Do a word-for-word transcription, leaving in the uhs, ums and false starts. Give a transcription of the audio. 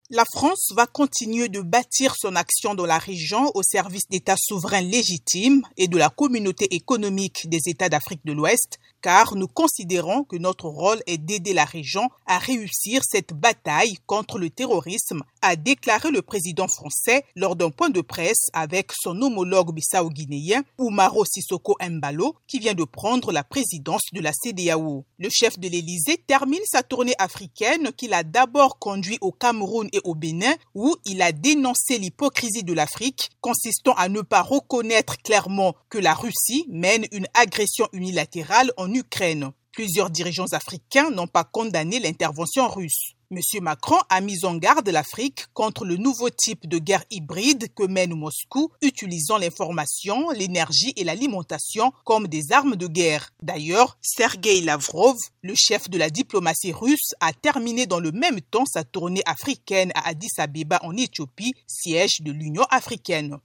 La France va continuer de bâtir son action dans la région au service d'États souverains légitimes et de la communauté économique des États d'Afrique de l'Ouest, car nous considérons que notre rôle est d'aider la région à réussir cette bataille contre le terrorisme, a déclaré le président français lors d'un point de presse avec son homologue bissau-guinéen Umaro Sissoko Embalo, qui vient de prendre la présidence de la C E D E A O. Le chef de l'Élysée termine sa tournée africaine qu'il a d'abord conduit au Cameroun et au Bénin, où il a dénoncé l'hypocrisie de l'Afrique, consistant à ne pas reconnaître clairement que la Russie mène une agression unilatérale en Ukraine. Plusieurs dirigeants africains n'ont pas condamné l'intervention russe. Monsieur Macron a mis en garde l'Afrique contre le nouveau type de guerre hybride que mène Moscou, utilisant l'information, l'énergie et l'alimentation comme des armes de guerre. D'ailleurs, Sergueï Lavrov, le chef de la diplomatie russe, a terminé dans le même temps sa tournée africaine à Addis Abeba en Éthiopie, siège de l'Union africaine.